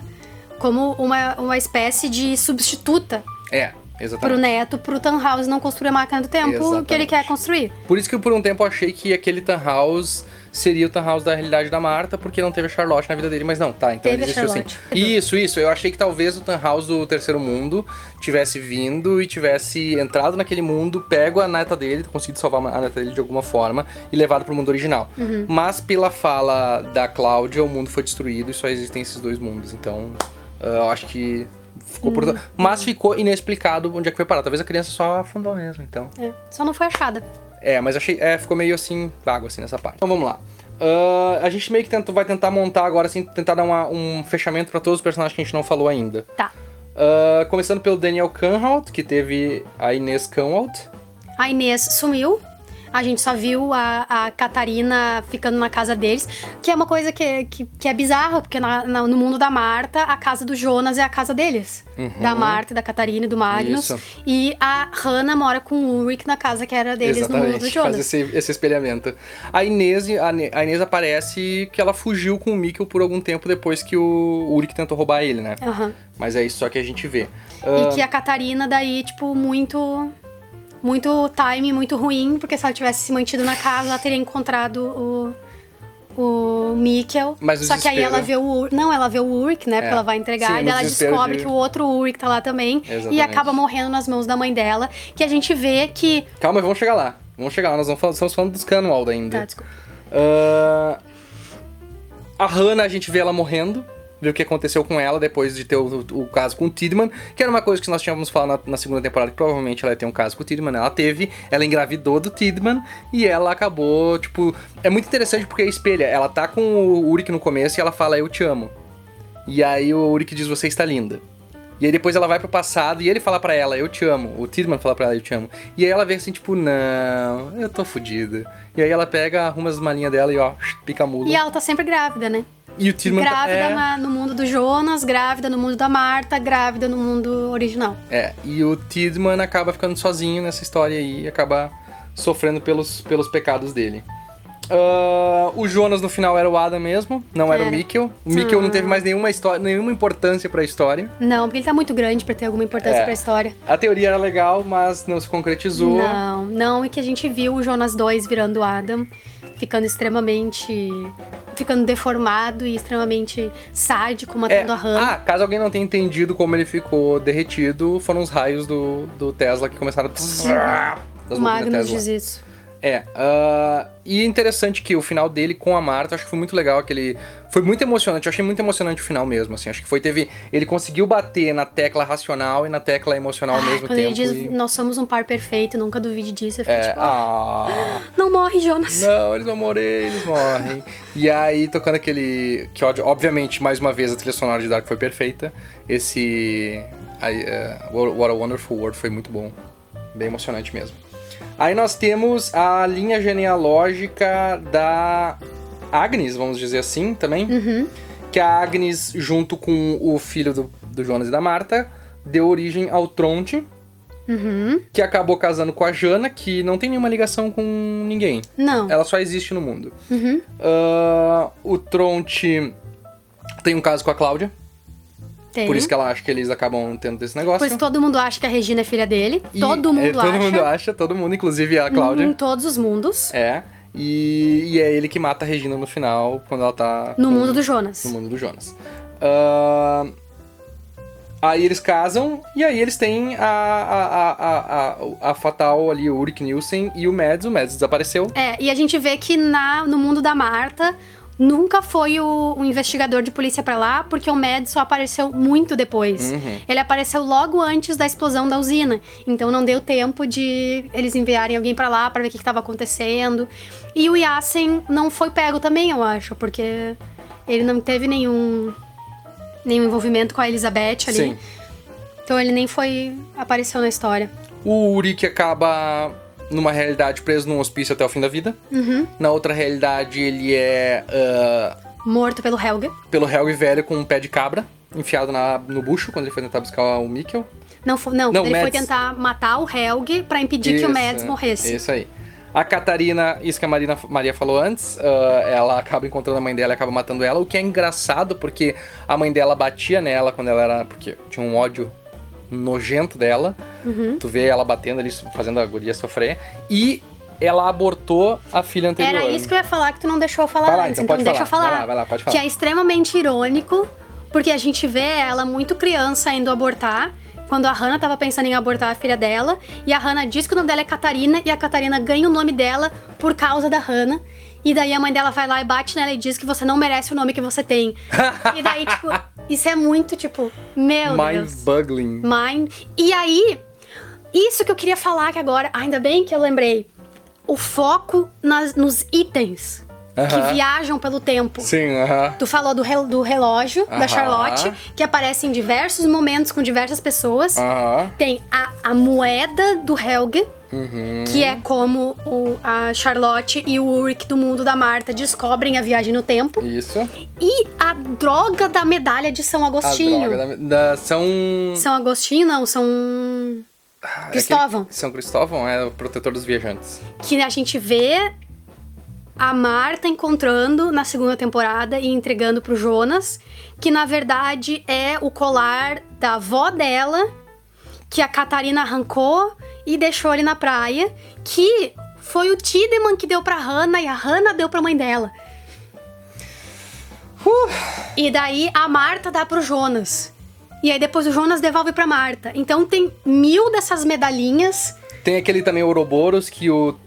espécie de substituta. Exatamente. Pro neto, pro Tannhaus não construir a máquina do tempo que ele quer construir. Por isso que por um tempo eu achei que aquele Tannhaus seria o Tannhaus da realidade da Marta, porque não teve a Charlotte na vida dele, mas não, tá, então teve ele existiu sim. Isso, eu achei que talvez o Tannhaus do terceiro mundo tivesse vindo e tivesse entrado naquele mundo, pego a neta dele, conseguido salvar a neta dele de alguma forma e levado pro mundo original. Mas pela fala da Cláudia, o mundo foi destruído e só existem esses dois mundos, então eu acho que ficou por... Mas ficou inexplicado onde é que foi parar, talvez a criança só afundou mesmo, então... Só não foi achada. Mas achei... ficou meio assim, vago assim nessa parte. Então vamos lá. A gente meio que vai tentar montar agora, assim, tentar dar um fechamento pra todos os personagens que a gente não falou ainda. Tá. Começando pelo Daniel Kahnwald, que teve a Inês Kahnwald. A Inês sumiu. A gente só viu a Catarina ficando na casa deles, que é uma coisa que é bizarra, porque no mundo da Marta, a casa do Jonas é a casa deles. Da Marta, da Catarina e do Magnus. Isso. E a Hannah mora com o Ulrich na casa que era deles. Exatamente, no mundo do Jonas. Faz esse espelhamento. A Inês aparece que ela fugiu com o Mikkel por algum tempo depois que o Ulrich tentou roubar ele, né? Mas é isso só que a gente vê. E que a Catarina daí, tipo, muito... muito timing, muito ruim, porque se ela tivesse se mantido na casa, ela teria encontrado o Mikkel. Mas o Só que aí ela desespero- vê o Ulrich. Não, ela vê o Ulrich, né? Porque ela vai entregar. Sim, e no daí ela desespero descobre de- que o outro Ulrich tá lá também. Exatamente. E acaba morrendo nas mãos da mãe dela. Que a gente vê que. Calma, vamos chegar lá. Nós estamos falando dos Canwald ainda. Tá, desculpa. A Hannah, a gente vê ela morrendo. Vê o que aconteceu com ela depois de ter o caso com o Tidman, que era uma coisa que nós tínhamos falado na segunda temporada, que provavelmente ela ia ter um caso com o Tidman. Ela engravidou do Tidman e ela acabou, tipo... É muito interessante porque espelha, ela tá com o Ulrich no começo e ela fala, eu te amo. E aí o Ulrich diz, você está linda. E aí depois ela vai pro passado e ele fala pra ela, eu te amo. O Tidman fala pra ela, eu te amo. E aí ela vê assim, tipo, não, eu tô fodida. E aí ela pega, arruma as malinhas dela e ó, pica a mula. E ela tá sempre grávida, né? E o Tidman Grávida no mundo do Jonas, grávida no mundo da Marta, grávida no mundo original. E o Tidman acaba ficando sozinho nessa história aí e acaba sofrendo pelos pecados dele. O Jonas no final era o Adam mesmo, não era o Era. Mikkel. O Mikkel não teve mais nenhuma importância pra história. Não, porque ele tá muito grande pra ter alguma importância pra história. A teoria era legal, mas não se concretizou. Não, e que a gente viu o Jonas 2 virando o Adam, ficando deformado e extremamente sádico, matando a Hannah. Caso alguém não tenha entendido como ele ficou derretido, foram os raios do Tesla que começaram a... O Magnus diz isso. E é interessante que o final dele com a Marta, acho que foi muito legal, foi muito emocionante, eu achei muito emocionante o final mesmo, assim, acho que ele conseguiu bater na tecla racional e na tecla emocional ao mesmo Quando tempo. ele diz, nós somos um par perfeito, nunca duvide disso, eu fiquei tipo, não morre, Jonas. Não, eles vão morrer, eles morrem. E aí, tocando aquele... Que obviamente, mais uma vez, a trilha sonora de Dark foi perfeita. What a Wonderful World foi muito bom. Bem emocionante mesmo. Aí nós temos a linha genealógica da Agnes, vamos dizer assim, também. Que a Agnes, junto com o filho do Jonas e da Marta, deu origem ao Tronte. Que acabou casando com a Jana, que não tem nenhuma ligação com ninguém. Não. Ela só existe no mundo. O Tronte tem um caso com a Cláudia. Tem. Por isso que ela acha que eles acabam tendo desse negócio. Por isso todo mundo acha que a Regina é filha dele. Todo mundo, inclusive a Cláudia. Em todos os mundos. E é ele que mata a Regina no final, quando ela tá... No mundo do Jonas. No mundo do Jonas. Aí eles casam, e aí eles têm a fatal ali, o Ulrich Nielsen e o Mads. O Mads desapareceu. E a gente vê que no mundo da Marta... Nunca foi o investigador de polícia pra lá, porque o Mads só apareceu muito depois. Ele apareceu logo antes da explosão da usina. Então não deu tempo de eles enviarem alguém pra lá pra ver o que tava acontecendo. E o Yassen não foi pego também, eu acho, porque ele não teve nenhum envolvimento com a Elizabeth ali. Sim. Então ele nem apareceu na história. O Ulrich acaba... numa realidade preso num hospício até o fim da vida. Na outra realidade, ele é... morto pelo Helge. Pelo Helge velho com um pé de cabra enfiado no bucho, quando ele foi tentar buscar o Mikkel. Não, ele foi tentar matar o Helge pra impedir que o Mads morresse. Isso aí. A Catarina, isso que a Maria falou antes, ela acaba encontrando a mãe dela e acaba matando ela, o que é engraçado, porque a mãe dela batia nela quando ela era... Porque tinha um ódio nojento dela. Tu vê ela batendo ali, fazendo a guria sofrer. E ela abortou a filha anterior. Era isso que eu ia falar, que tu não deixou eu falar antes. Então deixa eu falar. Vai lá, pode falar. Que é extremamente irônico, porque a gente vê ela muito criança indo abortar, quando a Hannah tava pensando em abortar a filha dela, e a Hannah diz que o nome dela é Catarina, e a Catarina ganha o nome dela por causa da Hannah. E daí a mãe dela vai lá e bate nela e diz que você não merece o nome que você tem. E daí, tipo, isso é muito, tipo, meu Deus. Mind-boggling. E aí, isso que eu queria falar que agora, ainda bem que eu lembrei. O foco nos itens que viajam pelo tempo. Sim, Tu falou do relógio da Charlotte, que aparece em diversos momentos com diversas pessoas. Tem a moeda do Helge, que é como a Charlotte e o Ulrich do mundo da Marta descobrem a viagem no tempo. Isso. E a droga da medalha de São Agostinho. A droga São Agostinho, não, São Cristóvão. São Cristóvão é o protetor dos viajantes. Que a gente vê a Marta encontrando na segunda temporada e entregando pro Jonas, que na verdade é o colar da avó dela, que a Catarina arrancou e deixou ali na praia, que foi o Tiedemann que deu pra Hannah e a Hannah deu pra mãe dela. E daí a Marta dá pro Jonas. E aí depois o Jonas devolve pra Marta. Então tem 1000 dessas medalhinhas. Tem aquele também Ouroboros, que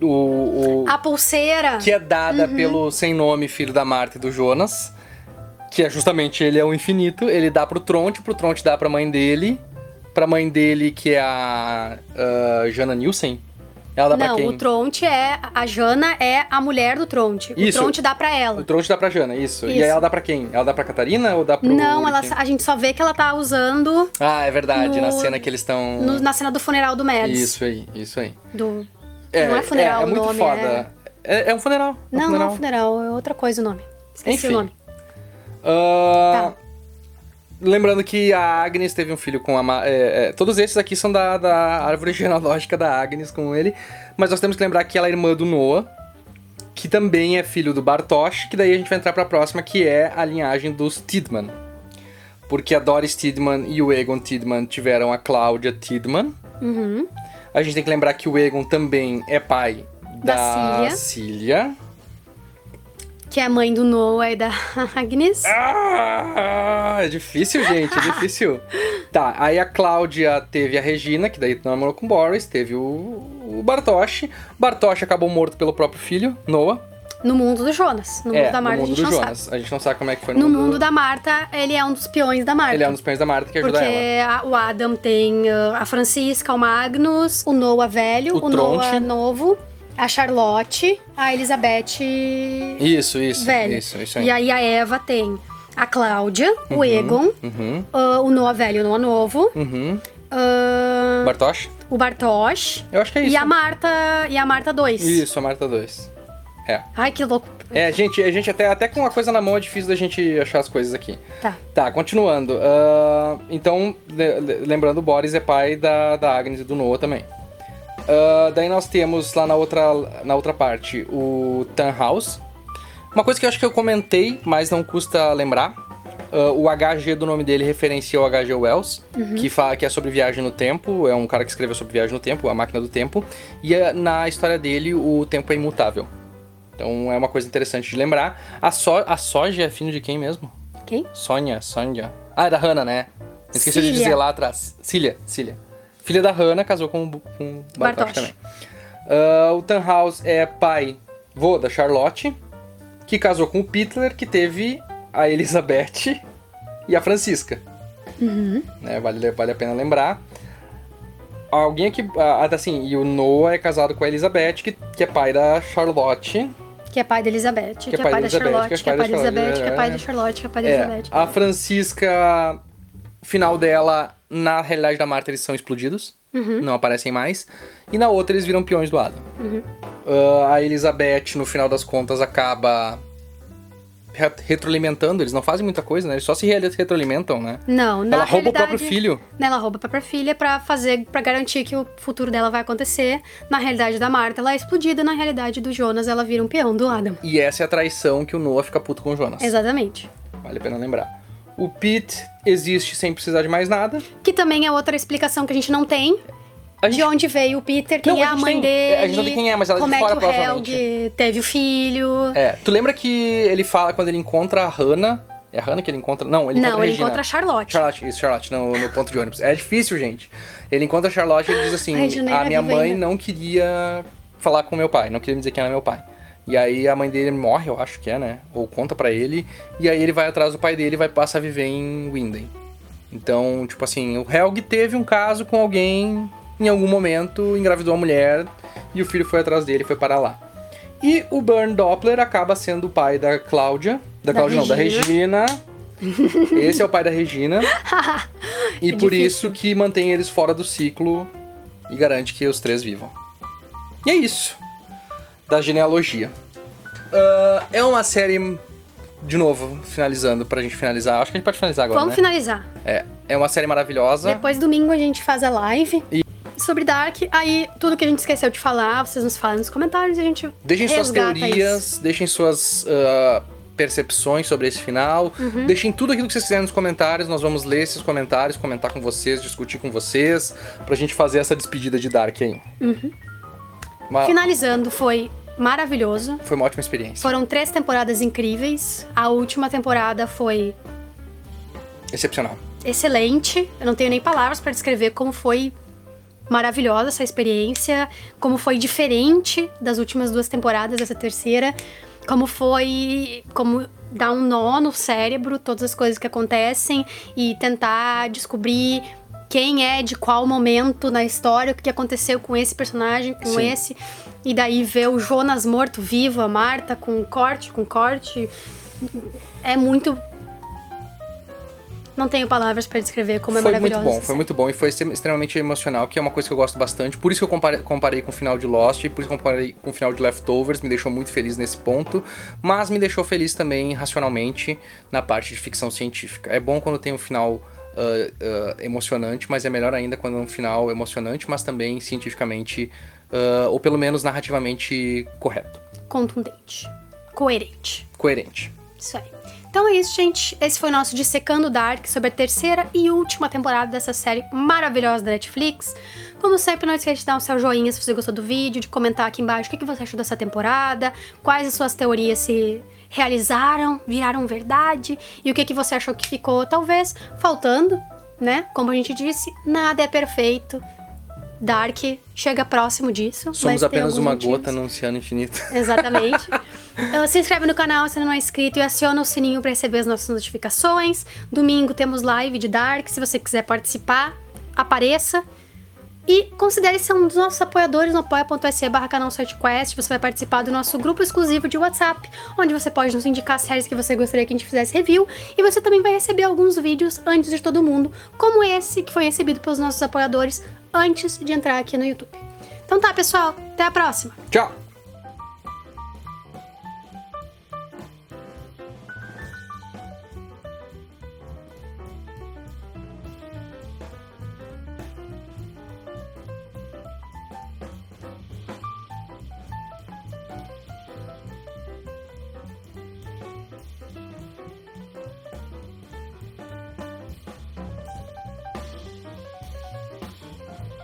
A pulseira. que é dada pelo sem nome filho da Marta e do Jonas. Que é justamente ele é o infinito. Ele dá pro Tronte dá pra mãe dele. Pra mãe dele, que é a Jana Nielsen. Ela dá pra quem? Não, o Tronte é... A Jana é a mulher do Tronte. Isso. O Tronte dá pra O ela. Tronte dá pra Jana, isso. E Isso. aí ela dá pra quem? Ela dá pra Catarina ou dá pro... Não, Uriquim? a gente só vê que ela tá usando Ah, é verdade, na No- cena que eles estão... na cena do funeral do Mads. Isso aí. Não é funeral é o muito nome, foda. É um funeral. é um Não, funeral. não é funeral, é outra coisa o nome. Esqueci Enfim. o nome. Ah, Lembrando que a Agnes teve um filho com a... todos esses aqui são da árvore genealógica da Agnes com ele. Mas nós temos que lembrar que ela é irmã do Noah, que também é filho do Bartosz, que daí a gente vai entrar pra próxima, que é a linhagem dos Tiedemann. Porque a Doris Tiedemann e o Egon Tiedemann tiveram a Cláudia Tiedemann. Uhum. A gente tem que lembrar que o Egon também é pai Da da Cília. Que é a mãe do Noah e da Agnes. É difícil, gente, é difícil. Tá, aí a Cláudia teve a Regina, que daí namorou com o Boris, teve o Bartosz. Bartosz acabou morto pelo próprio filho, Noah. No mundo do Jonas. No mundo da Marta, no mundo a gente do não Jonas. sabe. A gente não sabe como é que foi No mundo da Marta, ele é um dos peões da Marta. Ele é um dos pães da Marta que ajuda Porque ela. o Adam tem a Francisca, o Magnus, o Noah velho, O o Noah Tronte. novo, a Charlotte, a Elizabeth Isso velha. isso aí. E aí a Eva tem a Cláudia, o Egon, o Noah velho e o Noah novo, Bartosz? o Bartosz Eu acho que é isso. e a Marta 2. Isso, a Marta 2. É. Ai, que louco. É, gente, a gente até com uma coisa na mão é difícil da gente achar as coisas aqui. Tá. Tá, continuando. Então, lembrando, o Boris é pai da Agnes e do Noah também. Daí nós temos lá na outra parte o Tannhaus. Uma coisa que eu acho que eu comentei, mas não custa lembrar. O HG do nome dele referencia o H.G. Wells, que é sobre viagem no tempo. É um cara que escreveu sobre viagem no tempo, a máquina do tempo. E na história dele, o tempo é imutável. Então é uma coisa interessante de lembrar. A Soja é filho de quem mesmo? Quem? Sônia. Ah, é da Hannah, né? Esqueci de Cília. dizer lá atrás. Cília. Filha da Hannah, casou com o Bartosz também. O Tannhaus é vô da Charlotte, que casou com o Pittler, que teve a Elizabeth e a Francisca. Né, vale a pena lembrar. Alguém aqui... assim, e o Noah é casado com a Elizabeth, que é pai da Charlotte. Que é pai da Elizabeth, que é pai da Charlotte, que é pai da Elizabeth, que é pai da Charlotte, que é pai da Elizabeth. A Francisca, o final dela, na realidade da Marta, eles são explodidos. Não aparecem mais. E na outra, eles viram peões do Adam. A Elizabeth, no final das contas, acaba retroalimentando. Eles não fazem muita coisa, né? Eles só se retroalimentam, né? Não, na Ela rouba o realidade, próprio filho. Ela rouba a própria filha pra garantir que o futuro dela vai acontecer. Na realidade da Marta, ela é explodida. Na realidade do Jonas, ela vira um peão do Adam. E essa é a traição que o Noah fica puto com o Jonas. Exatamente. Vale a pena lembrar. O Pete existe sem precisar de mais nada. Que também é outra explicação que a gente não tem. A De gente- onde veio o Peter, quem Não, é a a gente mãe tem. dele. A gente não tem quem é, mas ela de como fora, é que o provavelmente. Helg teve o filho. Tu lembra que ele fala quando ele encontra a Hannah? É a Hannah que ele encontra? Não, ele encontra Não, a ele Regina. encontra a Charlotte. Charlotte, no ponto de ônibus. É difícil, gente. Ele encontra a Charlotte e ele diz assim: A Regina a era minha viva mãe ainda. não queria falar com meu pai, não queria me dizer quem era meu pai. E aí a mãe dele morre, eu acho que é, né? Ou conta pra ele. E aí ele vai atrás do pai dele e vai passar a viver em Winden. Então, tipo assim, o Helg teve um caso com alguém em algum momento, engravidou a mulher e o filho foi atrás dele e foi parar lá. E o Bernd Doppler acaba sendo o pai da Cláudia. Da Cláudia não, da Regina. Esse é o pai da Regina. E Que por difícil. isso que mantém eles fora do ciclo e garante que os três vivam. E é isso. Da genealogia. É uma série, de novo, finalizando, pra gente finalizar. Acho que a gente pode finalizar agora, Vamos né? finalizar. É uma série maravilhosa. Depois, domingo, a gente faz a live sobre Dark. Aí, tudo que a gente esqueceu de falar, vocês nos falam nos comentários e a gente Deixem suas resgata teorias, isso. deixem suas percepções sobre esse final. Deixem tudo aquilo que vocês quiserem nos comentários, nós vamos ler esses comentários, comentar com vocês, discutir com vocês, pra gente fazer essa despedida de Dark aí. Finalizando, foi maravilhoso. Foi uma ótima experiência. Foram 3 temporadas incríveis. A última temporada foi excepcional. Excelente. Eu não tenho nem palavras pra descrever como foi maravilhosa essa experiência, como foi diferente das últimas 2 temporadas, dessa terceira, como dar um nó no cérebro, todas as coisas que acontecem e tentar descobrir quem é de qual momento na história, o que aconteceu com esse personagem, com esse, e daí ver o Jonas morto-vivo, a Marta com corte, é muito... Não tenho palavras pra descrever como é maravilhoso. Foi muito bom e foi extremamente emocional, que é uma coisa que eu gosto bastante. Por isso que eu comparei com o final de Lost, por isso que eu comparei com o final de Leftovers, me deixou muito feliz nesse ponto, mas me deixou feliz também racionalmente na parte de ficção científica. É bom quando tem um final emocionante, mas é melhor ainda quando é um final emocionante, mas também cientificamente, ou pelo menos narrativamente correto. Contundente. Coerente. Isso aí. Então é isso, gente. Esse foi o nosso Dissecando Dark sobre a terceira e última temporada dessa série maravilhosa da Netflix. Como sempre, não esqueça de dar o seu joinha se você gostou do vídeo, de comentar aqui embaixo o que você achou dessa temporada, quais as suas teorias se realizaram, viraram verdade, e o que você achou que ficou, talvez, faltando, né? Como a gente disse, nada é perfeito. Dark chega próximo disso. Somos apenas uma gota num oceano infinito. Exatamente. Se inscreve no canal se não é inscrito e aciona o sininho para receber as nossas notificações. Domingo temos live de Dark. Se você quiser participar, apareça. E considere ser um dos nossos apoiadores no apoia.se/canal7quest. Você vai participar do nosso grupo exclusivo de WhatsApp, onde você pode nos indicar séries que você gostaria que a gente fizesse review. E você também vai receber alguns vídeos antes de todo mundo, como esse que foi recebido pelos nossos apoiadores antes de entrar aqui no YouTube. Então tá, pessoal. Até a próxima. Tchau!